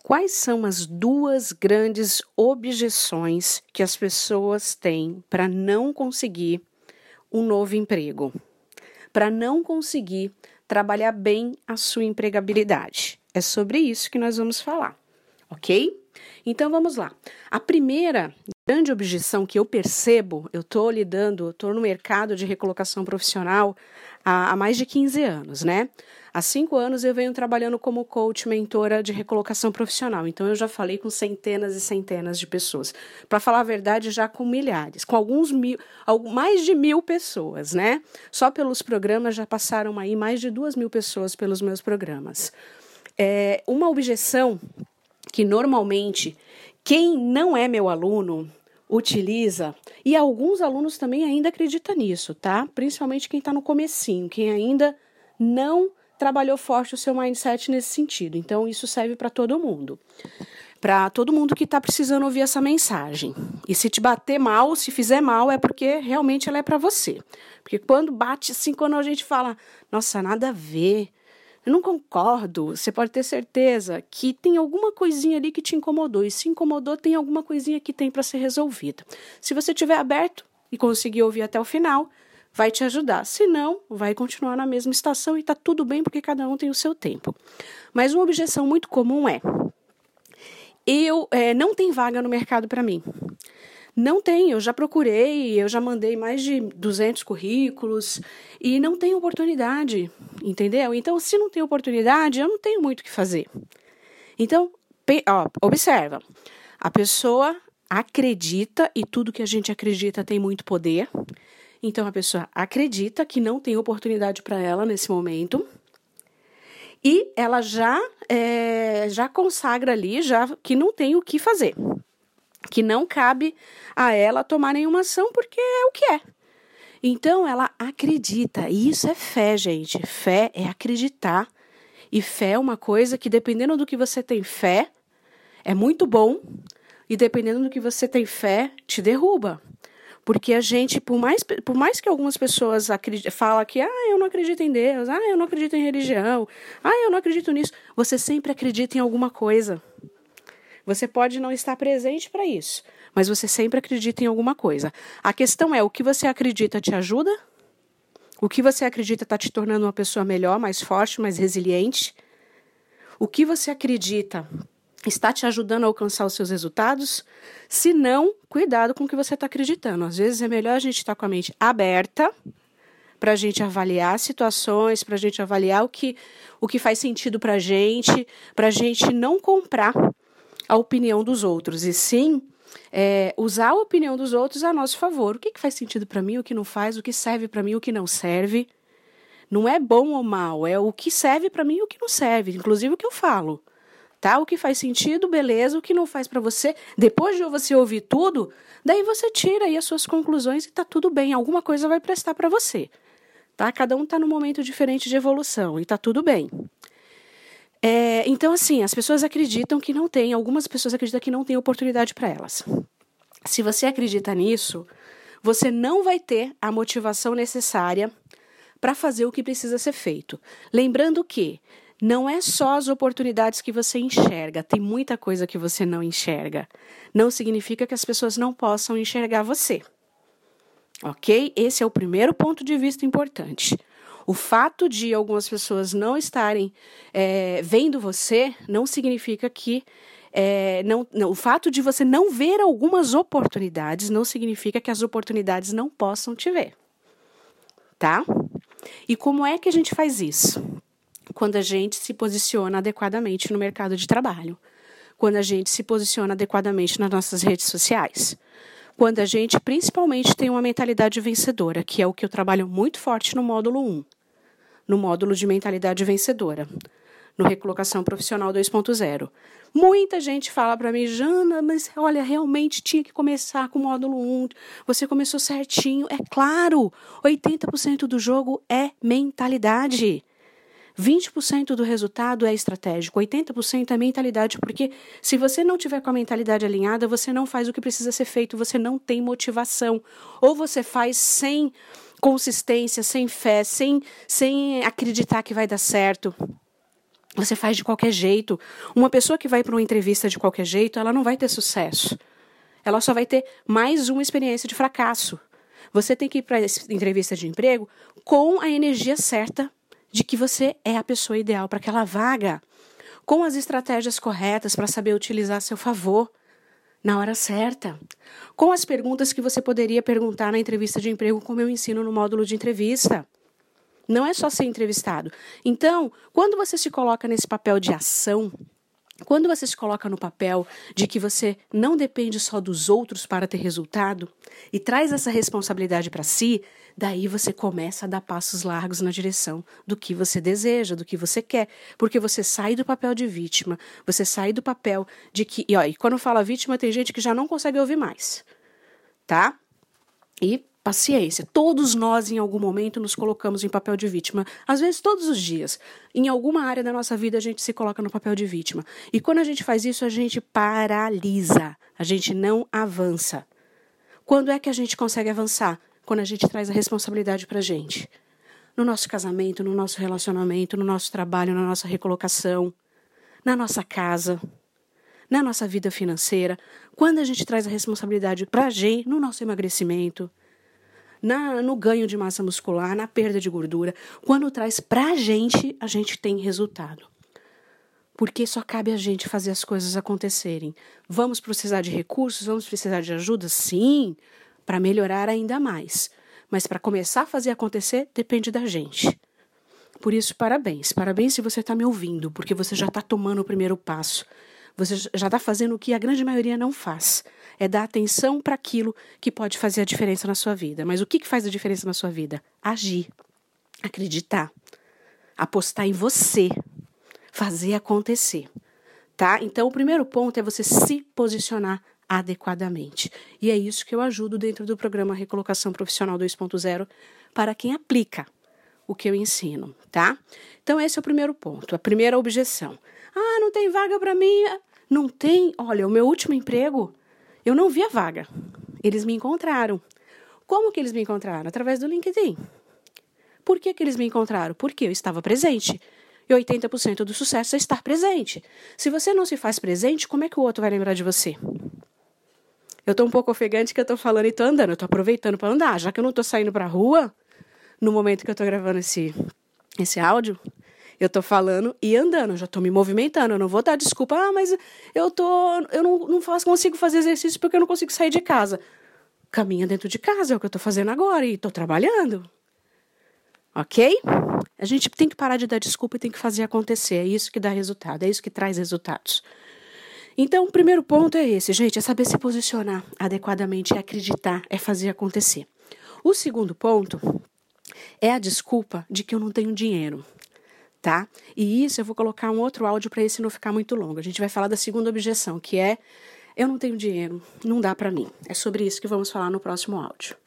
Quais são as duas grandes objeções que as pessoas têm para não conseguir um novo emprego? Para não conseguir trabalhar bem a sua empregabilidade? É sobre isso que nós vamos falar, ok? Então vamos lá. A primeira grande objeção que eu percebo, eu estou no mercado de recolocação profissional há mais de 15 anos, né? Há 5 anos eu venho trabalhando como coach, mentora de recolocação profissional. Então, eu já falei com centenas e centenas de pessoas. Para falar a verdade, já com milhares, com mais de 1.000 pessoas, né? Só pelos programas já passaram aí mais de 2.000 pessoas pelos meus programas. Uma objeção que normalmente quem não é meu aluno utiliza, e alguns alunos também ainda acreditam nisso, tá? Principalmente quem está no comecinho, quem ainda não trabalhou forte o seu mindset nesse sentido. Então, isso serve para todo mundo. Para todo mundo que está precisando ouvir essa mensagem. E se te bater mal, se fizer mal, é porque realmente ela é para você. Porque quando bate assim, quando a gente fala, nossa, nada a ver, eu não concordo, você pode ter certeza que tem alguma coisinha ali que te incomodou. E se incomodou, tem alguma coisinha que tem para ser resolvida. Se você estiver aberto e conseguir ouvir até o final, vai te ajudar. Se não, vai continuar na mesma estação e está tudo bem, porque cada um tem o seu tempo. Mas uma objeção muito comum não tem vaga no mercado para mim. Não tem, eu já procurei, eu já mandei mais de 200 currículos e não tem oportunidade, entendeu? Então, se não tem oportunidade, eu não tenho muito o que fazer. Então, observa, a pessoa acredita, e tudo que a gente acredita tem muito poder. Então, a pessoa acredita que não tem oportunidade para ela nesse momento e ela já consagra ali que não tem o que fazer, que não cabe a ela tomar nenhuma ação porque é o que é. Então, ela acredita, e isso é fé, gente. Fé é acreditar, e fé é uma coisa que, dependendo do que você tem fé, é muito bom, e dependendo do que você tem fé, te derruba. Porque a gente, por mais que algumas pessoas falam que eu não acredito em Deus, eu não acredito em religião, eu não acredito nisso, você sempre acredita em alguma coisa. Você pode não estar presente para isso, mas você sempre acredita em alguma coisa. A questão é, o que você acredita te ajuda? O que você acredita está te tornando uma pessoa melhor, mais forte, mais resiliente? O que você acredita está te ajudando a alcançar os seus resultados? Se não, cuidado com o que você está acreditando. Às vezes é melhor a gente estar com a mente aberta para a gente avaliar situações, para a gente avaliar o que faz sentido para a gente não comprar a opinião dos outros, e sim usar a opinião dos outros a nosso favor. O que faz sentido para mim, o que não faz, o que serve para mim, o que não serve. Não é bom ou mal, é o que serve para mim e o que não serve, inclusive o que eu falo. Tá? O que faz sentido, beleza, o que não faz para você, depois de você ouvir tudo, daí você tira aí as suas conclusões e tá tudo bem, alguma coisa vai prestar para você. Tá? Cada um tá num momento diferente de evolução e tá tudo bem. Então, assim, as pessoas acreditam que não tem, algumas pessoas acreditam que não tem oportunidade para elas. Se você acredita nisso, você não vai ter a motivação necessária para fazer o que precisa ser feito. Lembrando que não é só as oportunidades que você enxerga, tem muita coisa que você não enxerga. Não significa que as pessoas não possam enxergar você. Ok? Esse é o primeiro ponto de vista importante. O fato de algumas pessoas não estarem vendo você não significa que... o fato de você não ver algumas oportunidades não significa que as oportunidades não possam te ver. Tá? E como é que a gente faz isso? Quando a gente se posiciona adequadamente no mercado de trabalho. Quando a gente se posiciona adequadamente nas nossas redes sociais. Quando a gente, principalmente, tem uma mentalidade vencedora, que é o que eu trabalho muito forte no módulo 1. No módulo de mentalidade vencedora. No Recolocação Profissional 2.0. Muita gente fala para mim, Jana, mas olha, realmente tinha que começar com o módulo 1. Você começou certinho. É claro, 80% do jogo é mentalidade. 20% do resultado é estratégico, 80% é mentalidade, porque se você não tiver com a mentalidade alinhada, você não faz o que precisa ser feito, você não tem motivação. Ou você faz sem consistência, sem fé, sem acreditar que vai dar certo. Você faz de qualquer jeito. Uma pessoa que vai para uma entrevista de qualquer jeito, ela não vai ter sucesso. Ela só vai ter mais uma experiência de fracasso. Você tem que ir para a entrevista de emprego com a energia certa de que você é a pessoa ideal para aquela vaga, com as estratégias corretas para saber utilizar a seu favor na hora certa, com as perguntas que você poderia perguntar na entrevista de emprego, como eu ensino no módulo de entrevista. Não é só ser entrevistado. Então, quando você se coloca nesse papel de ação, quando você se coloca no papel de que você não depende só dos outros para ter resultado e traz essa responsabilidade para si, daí você começa a dar passos largos na direção do que você deseja, do que você quer, porque você sai do papel de vítima, você sai do papel de que... E quando fala vítima, tem gente que já não consegue ouvir mais, tá? E paciência, todos nós em algum momento nos colocamos em papel de vítima, às vezes todos os dias. Em alguma área da nossa vida a gente se coloca no papel de vítima. E quando a gente faz isso, a gente paralisa, a gente não avança. Quando é que a gente consegue avançar? Quando a gente traz a responsabilidade pra gente. No nosso casamento, no nosso relacionamento, no nosso trabalho, na nossa recolocação, na nossa casa, na nossa vida financeira. Quando a gente traz a responsabilidade pra gente, no nosso emagrecimento, no ganho de massa muscular, na perda de gordura, quando traz pra gente, a gente tem resultado. Porque só cabe a gente fazer as coisas acontecerem. Vamos precisar de recursos, vamos precisar de ajuda? Sim, para melhorar ainda mais. Mas para começar a fazer acontecer, depende da gente. Por isso, parabéns. Parabéns se você está me ouvindo, porque você já está tomando o primeiro passo. Você já está fazendo o que a grande maioria não faz. É dar atenção para aquilo que pode fazer a diferença na sua vida. Mas o que faz a diferença na sua vida? Agir, acreditar, apostar em você, fazer acontecer. Tá? Então, o primeiro ponto é você se posicionar adequadamente. E é isso que eu ajudo dentro do programa Recolocação Profissional 2.0 para quem aplica o que eu ensino, tá? Então, esse é o primeiro ponto, a primeira objeção. Ah, não tem vaga para mim? Não tem? Olha, o meu último emprego, eu não vi a vaga. Eles me encontraram. Como que eles me encontraram? Através do LinkedIn. Por que eles me encontraram? Porque eu estava presente. E 80% do sucesso é estar presente. Se você não se faz presente, como é que o outro vai lembrar de você? Eu estou um pouco ofegante que eu estou falando e estou andando. Eu estou aproveitando para andar. Já que eu não estou saindo para a rua, no momento que eu estou gravando esse áudio, eu estou falando e andando. Eu já estou me movimentando. Eu não vou dar desculpa. Ah, mas eu não consigo fazer exercício porque eu não consigo sair de casa. Caminha dentro de casa, é o que eu estou fazendo agora e estou trabalhando. Ok? A gente tem que parar de dar desculpa e tem que fazer acontecer. É isso que dá resultado, é isso que traz resultados. Então, o primeiro ponto é esse, gente, é saber se posicionar adequadamente, é acreditar, é fazer acontecer. O segundo ponto é a desculpa de que eu não tenho dinheiro, tá? E isso eu vou colocar um outro áudio para esse não ficar muito longo. A gente vai falar da segunda objeção, que é eu não tenho dinheiro, não dá para mim. É sobre isso que vamos falar no próximo áudio.